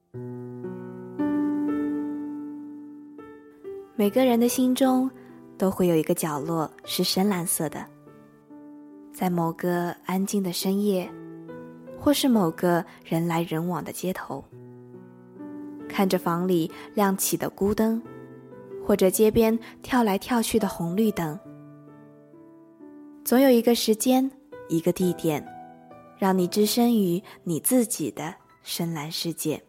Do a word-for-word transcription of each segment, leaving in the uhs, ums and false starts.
每个人的心中都会有一个角落是深蓝色的，在某个安静的深夜，或是某个人来人往的街头，看着房里亮起的孤灯，或者街边跳来跳去的红绿灯，总有一个时间，一个地点，让你置身于你自己的深蓝世界。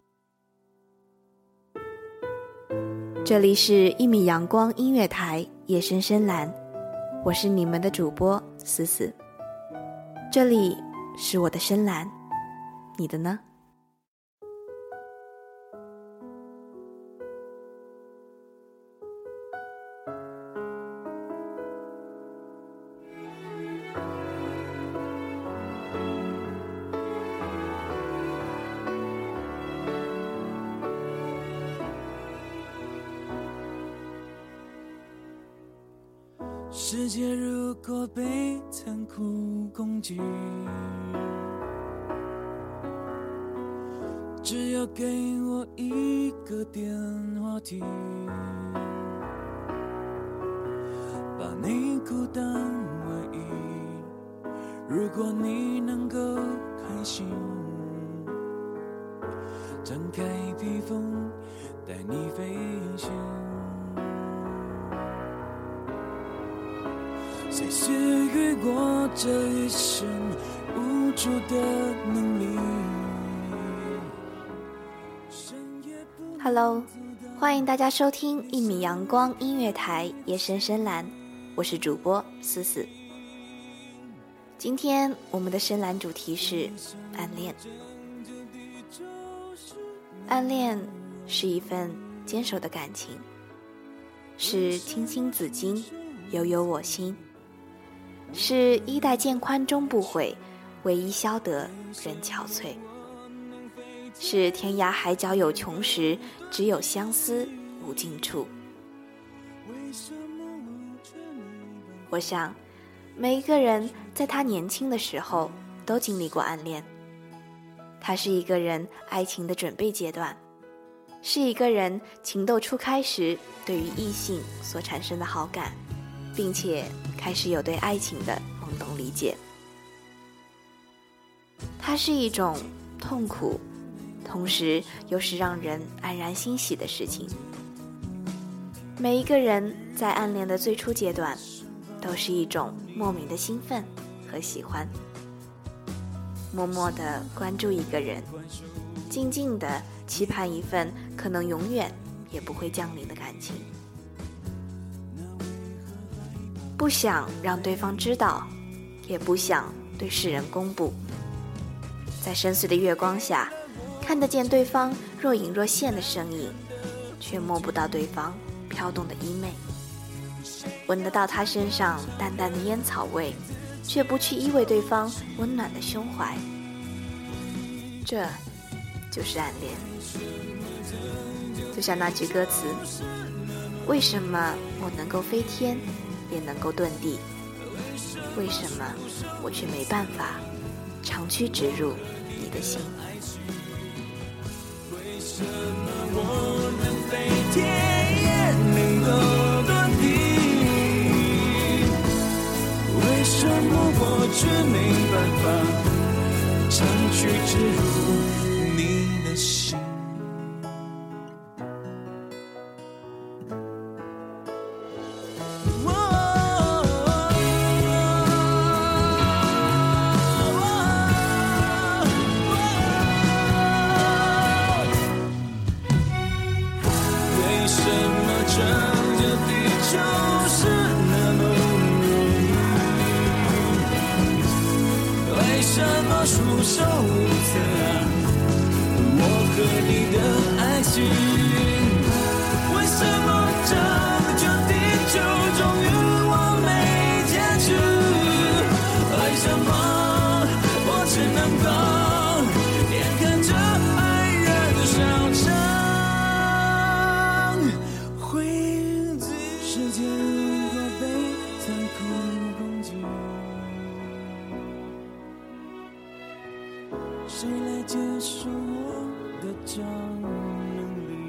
这里是一米阳光音乐台，夜深深蓝，我是你们的主播思思。这里是我的深蓝，你的呢？ 世界如果被残酷攻击，只要给我一个电话亭，把你孤单唯一。如果你能够开心，展开披风带你飞行。谁赐予我这一生无助的能力？ Hello， 欢迎大家收听一米阳光音乐台，夜深深蓝，我是主播思思。今天我们的深蓝主题是暗恋。暗恋是一份坚守的感情，是青青子衿，悠悠我心。是衣带渐宽终不悔，为伊消得人憔悴。是天涯海角有穷时，只有相思无尽处。我想每一个人在他年轻的时候都经历过暗恋，它是一个人爱情的准备阶段，是一个人情窦初开时对于异性所产生的好感，并且开始有对爱情的懵懂理解。它是一种痛苦，同时又是让人黯然欣喜的事情。每一个人在暗恋的最初阶段，都是一种莫名的兴奋和喜欢，默默地关注一个人，静静地期盼一份可能永远也不会降临的感情。不想让对方知道，也不想对世人公布。在深邃的月光下，看得见对方若隐若现的身影，却摸不到对方飘动的衣袂，闻得到他身上淡淡的烟草味，却不去依偎对方温暖的胸怀。这就是暗恋。就像那句歌词，为什么我能够飞天也能够遁地，为什么我却没办法长驱直入你的心？ 为什么我能飞天也能够遁地，为什么我却没办法长驱直入你的心？束手无策啊，我和你的爱情，为什么这个地球终于我没结局？为什么我只能够眼看着爱人的消长？回忆世界如果被残酷攻击，谁来接受我的张能力。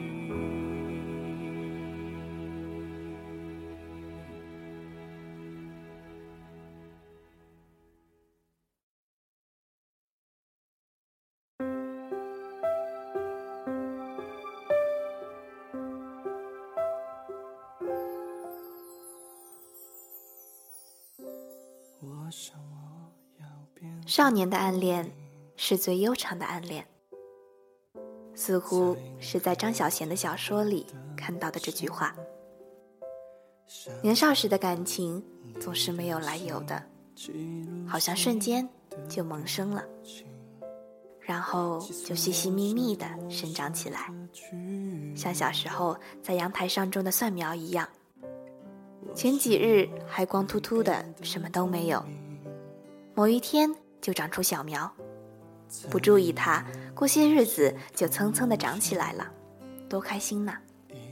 我想我要变少年的暗恋是最悠长的暗恋，似乎是在张小娴的小说里看到的这句话。年少时的感情总是没有来由的，好像瞬间就萌生了，然后就细细密密地生长起来，像小时候在阳台上种的蒜苗一样。前几日还光秃秃的，什么都没有，某一天就长出小苗，不注意它，过些日子就蹭蹭地长起来了，多开心呐！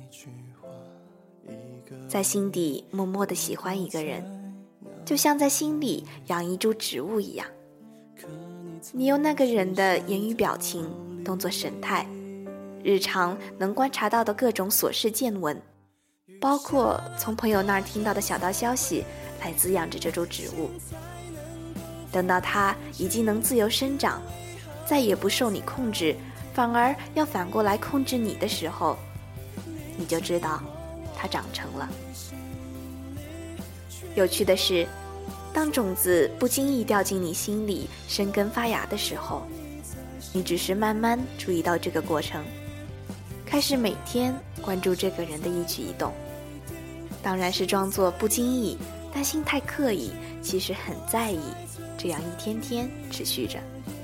在心底默默地喜欢一个人，就像在心里养一株植物一样。你用那个人的言语表情、动作神态、日常能观察到的各种琐事见闻，包括从朋友那儿听到的小道消息，来滋养着这株植物。等到它已经能自由生长，再也不受你控制，反而要反过来控制你的时候，你就知道它长成了。有趣的是，当种子不经意掉进你心里生根发芽的时候，你只是慢慢注意到这个过程，开始每天关注这个人的一举一动，当然是装作不经意，但心态刻意，其实很在意，这样一天天持续着。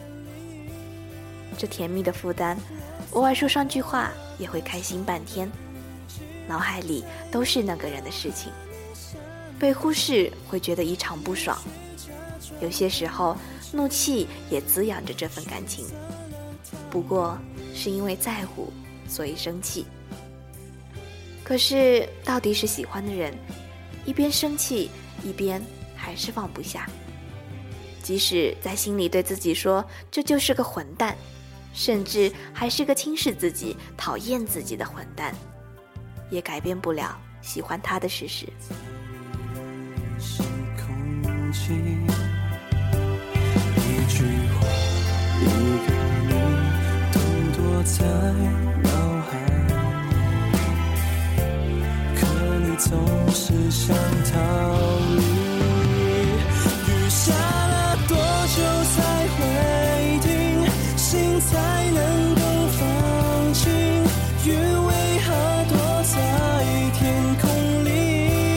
这甜蜜的负担，偶尔说上句话也会开心半天，脑海里都是那个人的事情，被忽视会觉得异常不爽，有些时候怒气也滋养着这份感情，不过是因为在乎所以生气。可是到底是喜欢的人，一边生气一边还是放不下，即使在心里对自己说这就是个混蛋，甚至还是个轻视自己、讨厌自己的混蛋，也改变不了喜欢他的事实。 是空气，一句话，一个你，都躲在脑海，可你总是想逃离。雨下了多久才会停？心才能够放晴？雨为何躲在天空里？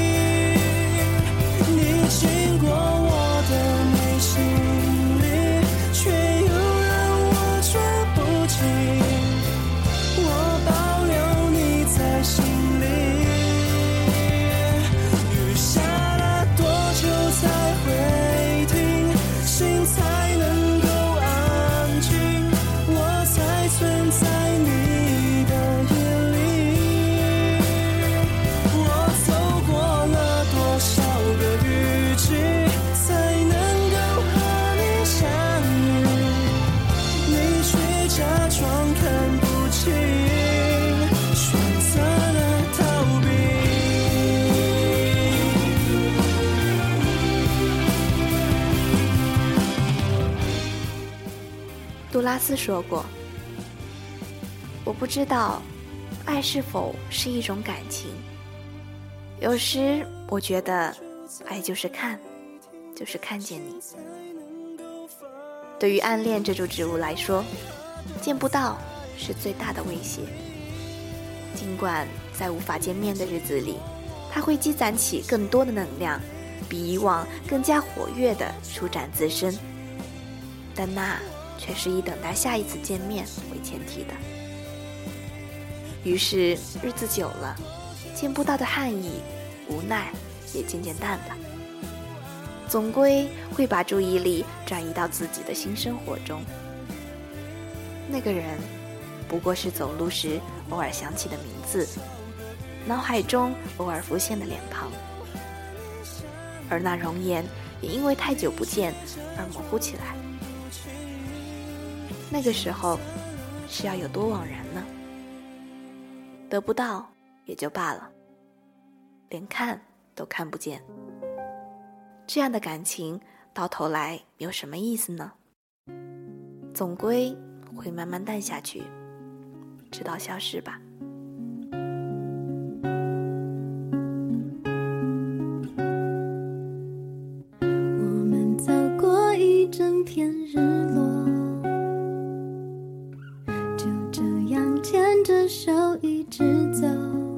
你经过我的内心里，却又让我抓不紧。我保留你在心里。雨下了多久才会停？心才能够安静？我才存在你的眼里。我走过了多少个雨季，才能够和你相遇？你却假装看不清，选择了逃避。 杜拉斯说过，我不知道爱是否是一种感情，有时我觉得爱就是看，就是看见你。对于暗恋这株植物来说，见不到是最大的威胁。尽管在无法见面的日子里，它会积攒起更多的能量，比以往更加活跃地舒展自身，但那却是以等待下一次见面为前提的。于是日子久了，见不到的憾意、无奈也渐渐淡了，总归会把注意力转移到自己的新生活中。那个人不过是走路时偶尔想起的名字，脑海中偶尔浮现的脸庞，而那容颜也因为太久不见而模糊起来。那个时候， 是要有多枉然呢？得不到也就罢了，连看都看不见，这样的感情到头来有什么意思呢？总归会慢慢淡下去，直到消失吧。 我们走过一整天日落，就这样牵着手一直走，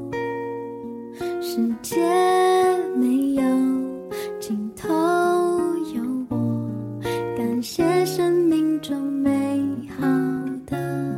世界没有尽头，有我，感谢生命中美好的。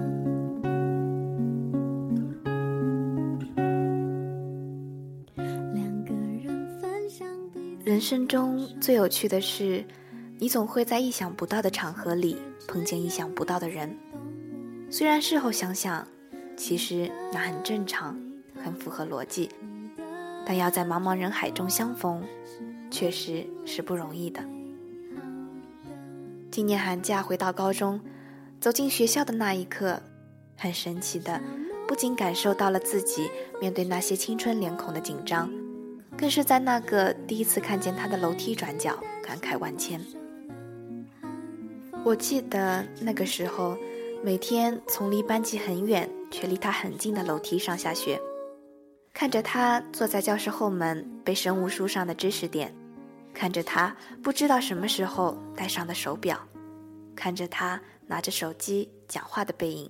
两个人分享彼此。 人生中最有趣的是，你总会在意想不到的场合里碰见意想不到的人。虽然事后想想，其实那很正常，很符合逻辑，但要在茫茫人海中相逢，确实是不容易的。今年寒假回到高中，走进学校的那一刻，很神奇的，不仅感受到了自己面对那些青春脸孔的紧张，更是在那个第一次看见他的楼梯转角感慨万千。我记得那个时候，每天从离班级很远却离他很近的楼梯上下学，看着他坐在教室后门背生物书上的知识点，看着他不知道什么时候戴上的手表，看着他拿着手机讲话的背影。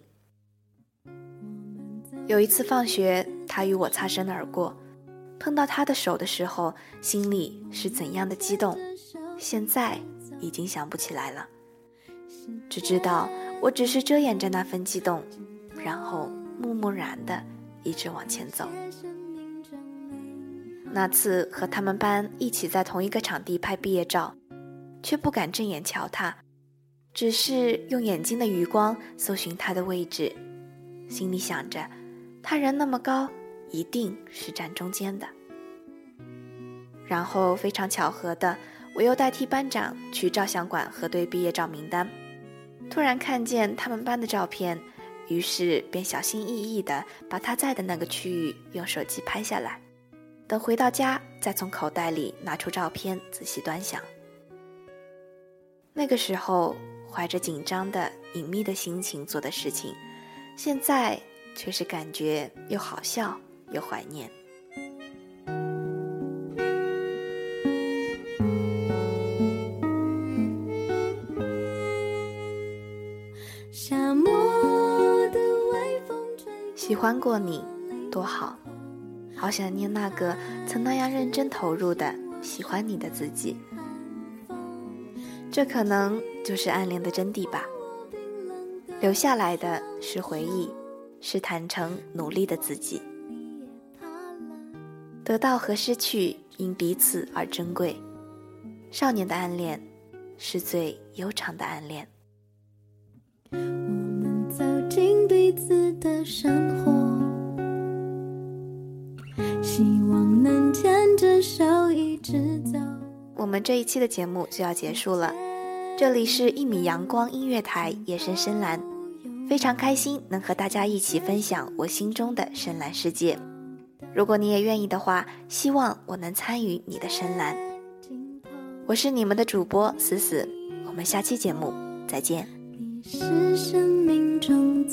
有一次放学，他与我擦身而过，碰到他的手的时候，心里是怎样的激动，现在已经想不起来了，只知道我只是遮掩着那份激动，然后木木然地一直往前走。那次和他们班一起在同一个场地拍毕业照，却不敢正眼瞧他，只是用眼睛的余光搜寻他的位置，心里想着他人那么高，一定是站中间的。然后非常巧合的，我又代替班长去照相馆核对毕业照名单，突然看见他们班的照片，于是便小心翼翼地把他在的那个区域用手机拍下来，等回到家再从口袋里拿出照片仔细端详。那个时候怀着紧张的隐秘的心情做的事情，现在却是感觉又好笑又怀念。 夏末的微风吹， 喜欢过你多好，好想念那个曾那样认真投入的喜欢你的自己。这可能就是暗恋的真谛吧，留下来的是回忆，是坦诚努力的自己。得到和失去因彼此而珍贵，少年的暗恋是最悠长的暗恋。 我们走进彼此的生活，希望能牵着手一直走。 我们这一期的节目就要结束了，这里是一米阳光音乐台夜深深蓝，非常开心能和大家一起分享我心中的深蓝世界。如果你也愿意的话，希望我能参与你的深蓝。我是你们的主播思思，我们下期节目再见。 你是生命中